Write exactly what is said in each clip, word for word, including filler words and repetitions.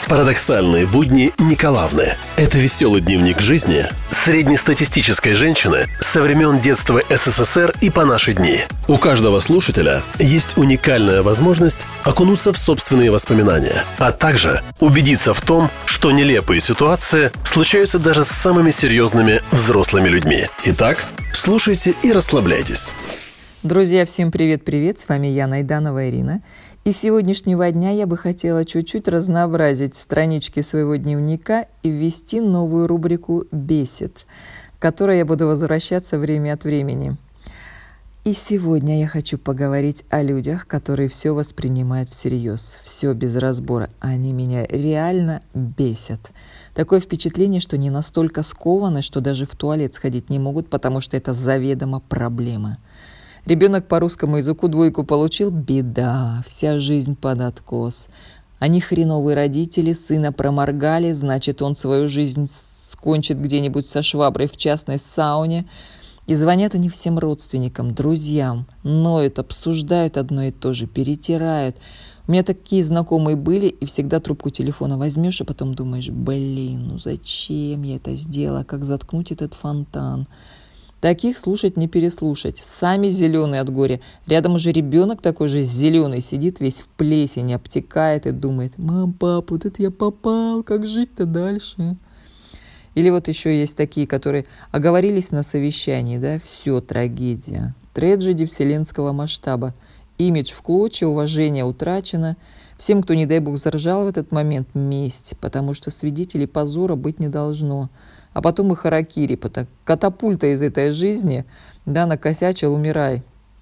Парадоксальные будни Николавны. Это веселый дневник жизни среднестатистической женщины со времен детства СССР и по наши дни. У каждого слушателя есть уникальная возможность окунуться в собственные воспоминания, а также убедиться в том, что нелепые ситуации случаются даже с самыми серьезными взрослыми людьми. Итак, слушайте и расслабляйтесь. Друзья, всем привет-привет, с вами я, Найданова Ирина. И с сегодняшнего дня я бы хотела чуть-чуть разнообразить странички своего дневника и ввести новую рубрику «Бесит», к которой я буду возвращаться время от времени. И сегодня я хочу поговорить о людях, которые все воспринимают всерьез, все без разбора. Они меня реально бесят. Такое впечатление, что они настолько скованы, что даже в туалет сходить не могут, потому что это заведомо проблема. Ребенок по русскому языку двойку получил – беда, вся жизнь под откос. Они хреновые родители, сына проморгали, значит, он свою жизнь скончит где-нибудь со шваброй в частной сауне. И звонят они всем родственникам, друзьям, ноют, обсуждают одно и то же, перетирают. У меня такие знакомые были, и всегда трубку телефона возьмешь, а потом думаешь: блин, ну зачем я это сделала, как заткнуть этот фонтан? Таких слушать не переслушать. Сами зеленые от горя. Рядом уже ребенок такой же зеленый сидит, весь в плесени, обтекает и думает: мам, пап, вот это я попал, как жить-то дальше? Или вот еще есть такие, которые оговорились на совещании, да, все, трагедия. Трагедия вселенского масштаба. Имидж в клочья, уважение утрачено. Всем, кто, не дай бог, заржал в этот момент, месть, потому что свидетелей позора быть не должно. А потом и харакири, катапульта из этой жизни, да, накосячил, умирай.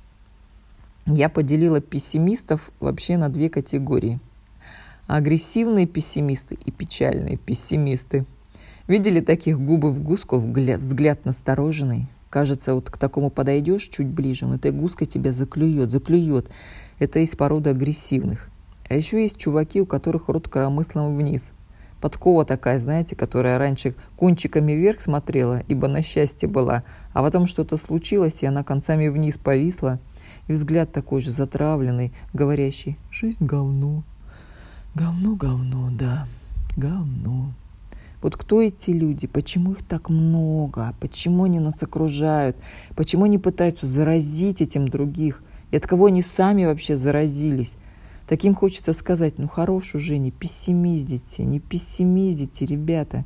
Я поделила пессимистов вообще на две категории. Агрессивные пессимисты и печальные пессимисты. Видели таких губы в гуску, взгляд, взгляд настороженный? Кажется, вот к такому подойдешь чуть ближе, он этой гуской тебя заклюет, заклюет. Это из породы агрессивных. А еще есть чуваки, у которых рот коромыслом вниз. Подкова такая, знаете, которая раньше кончиками вверх смотрела, ибо на счастье была, а потом что-то случилось, и она концами вниз повисла, и взгляд такой же затравленный, говорящий: «Жизнь говно, говно, говно, да, говно». Вот кто эти люди? Почему их так много? Почему они нас окружают? Почему они пытаются заразить этим других? И от кого они сами вообще заразились? Таким хочется сказать: ну хорош уже, не пессимиздите, не пессимиздите, ребята.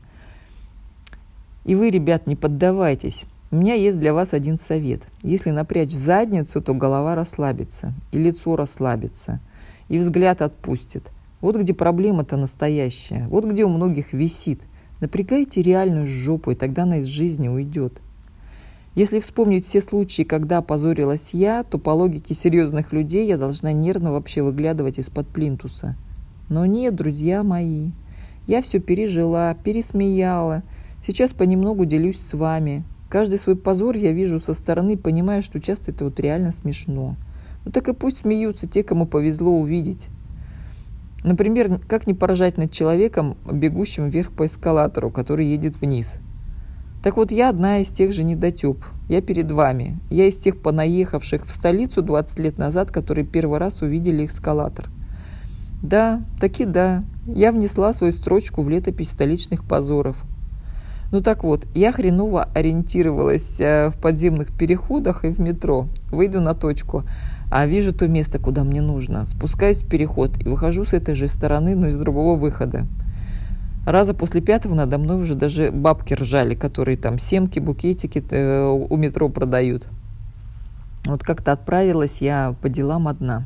И вы, ребят, не поддавайтесь. У меня есть для вас один совет. Если напрячь задницу, то голова расслабится, и лицо расслабится, и взгляд отпустит. Вот где проблема-то настоящая, вот где у многих висит. Напрягайте реальную жопу, и тогда она из жизни уйдет. Если вспомнить все случаи, когда опозорилась я, то по логике серьезных людей я должна нервно вообще выглядывать из-под плинтуса. Но нет, друзья мои, я все пережила, пересмеяла. Сейчас понемногу делюсь с вами. Каждый свой позор я вижу со стороны, понимая, что часто это вот реально смешно. Ну так и пусть смеются те, кому повезло увидеть. Например, как не поражать над человеком, бегущим вверх по эскалатору, который едет вниз. Так вот, я одна из тех же недотеп. Я перед вами. Я из тех понаехавших в столицу двадцать лет назад, которые первый раз увидели эскалатор. Да, таки да, я внесла свою строчку в летопись столичных позоров. Ну так вот, я хреново ориентировалась в подземных переходах и в метро. Выйду на точку, а вижу то место, куда мне нужно. Спускаюсь в переход и выхожу с этой же стороны, но из другого выхода. Раза после пятого надо мной уже даже бабки ржали, которые там семки, букетики э, у метро продают. Вот как-то отправилась я по делам одна.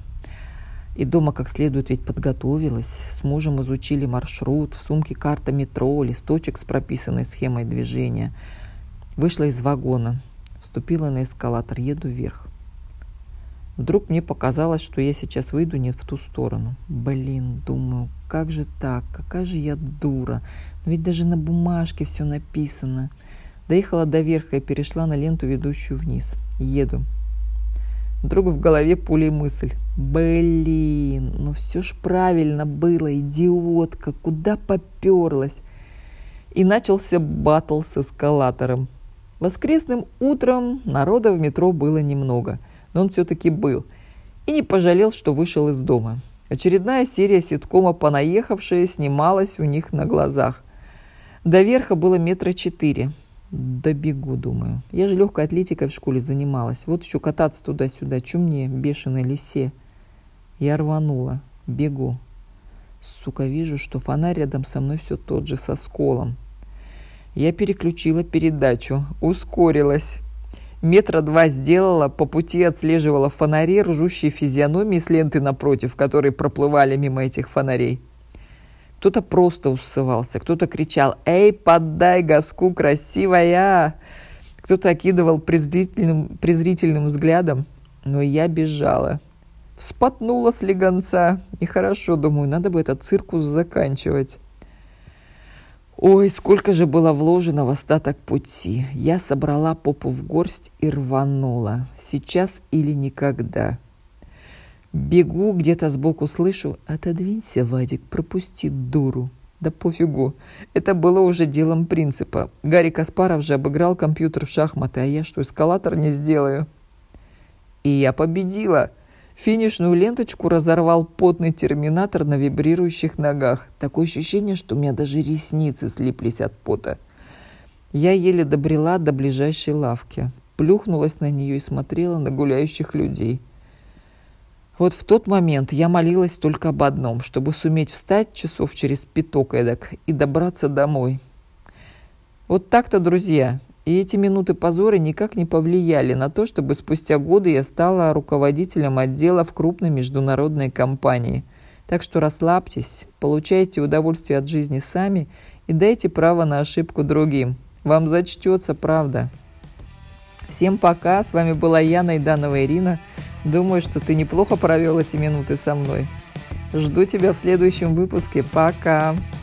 И дома как следует ведь подготовилась. С мужем изучили маршрут, в сумке карта метро, листочек с прописанной схемой движения. Вышла из вагона, вступила на эскалатор, еду вверх. Вдруг мне показалось, что я сейчас выйду не в ту сторону. Блин, думаю, как же так? Какая же я дура. Но ведь даже на бумажке все написано. Доехала до верха и перешла на ленту, ведущую вниз. Еду. Вдруг в голове пулей мысль: блин, ну все ж правильно было, идиотка, куда поперлась? И начался баттл с эскалатором. Воскресным утром народа в метро было немного, но он все-таки был. И не пожалел, что вышел из дома. Очередная серия ситкома «Понаехавшие» снималась у них на глазах. До верха было метра четыре. Добегу, думаю. Я же легкой атлетикой в школе занималась. Вот еще кататься туда-сюда. Чё мне, бешеной лисе? Я рванула. Бегу. Сука, вижу, что фонарь рядом со мной все тот же, со сколом. Я переключила передачу. Ускорилась. Метра два сделала, по пути отслеживала фонари, ржущие физиономии с ленты напротив, которые проплывали мимо этих фонарей. Кто-то просто усывался, кто-то кричал: «Эй, поддай газку, красивая!» Кто-то окидывал презрительным, презрительным взглядом, но я бежала. Вспотнула слегонца. Нехорошо, думаю, надо бы этот циркус заканчивать. Ой, сколько же было вложено в остаток пути. Я собрала попу в горсть и рванула. Сейчас или никогда. Бегу, где-то сбоку слышу: «Отодвинься, Вадик, пропусти дуру». Да пофигу. Это было уже делом принципа. Гарри Каспаров же обыграл компьютер в шахматы, а я что, эскалатор не сделаю? И я победила. Финишную ленточку разорвал потный терминатор на вибрирующих ногах. Такое ощущение, что у меня даже ресницы слиплись от пота. Я еле добрела до ближайшей лавки. Плюхнулась на нее и смотрела на гуляющих людей. Вот в тот момент я молилась только об одном, чтобы суметь встать часов через пяток эдак и добраться домой. Вот так-то, друзья. И эти минуты позора никак не повлияли на то, чтобы спустя годы я стала руководителем отдела в крупной международной компании. Так что расслабьтесь, получайте удовольствие от жизни сами и дайте право на ошибку другим. Вам зачтется, правда. Всем пока. С вами была я, Найданова Ирина. Думаю, что ты неплохо провел эти минуты со мной. Жду тебя в следующем выпуске. Пока!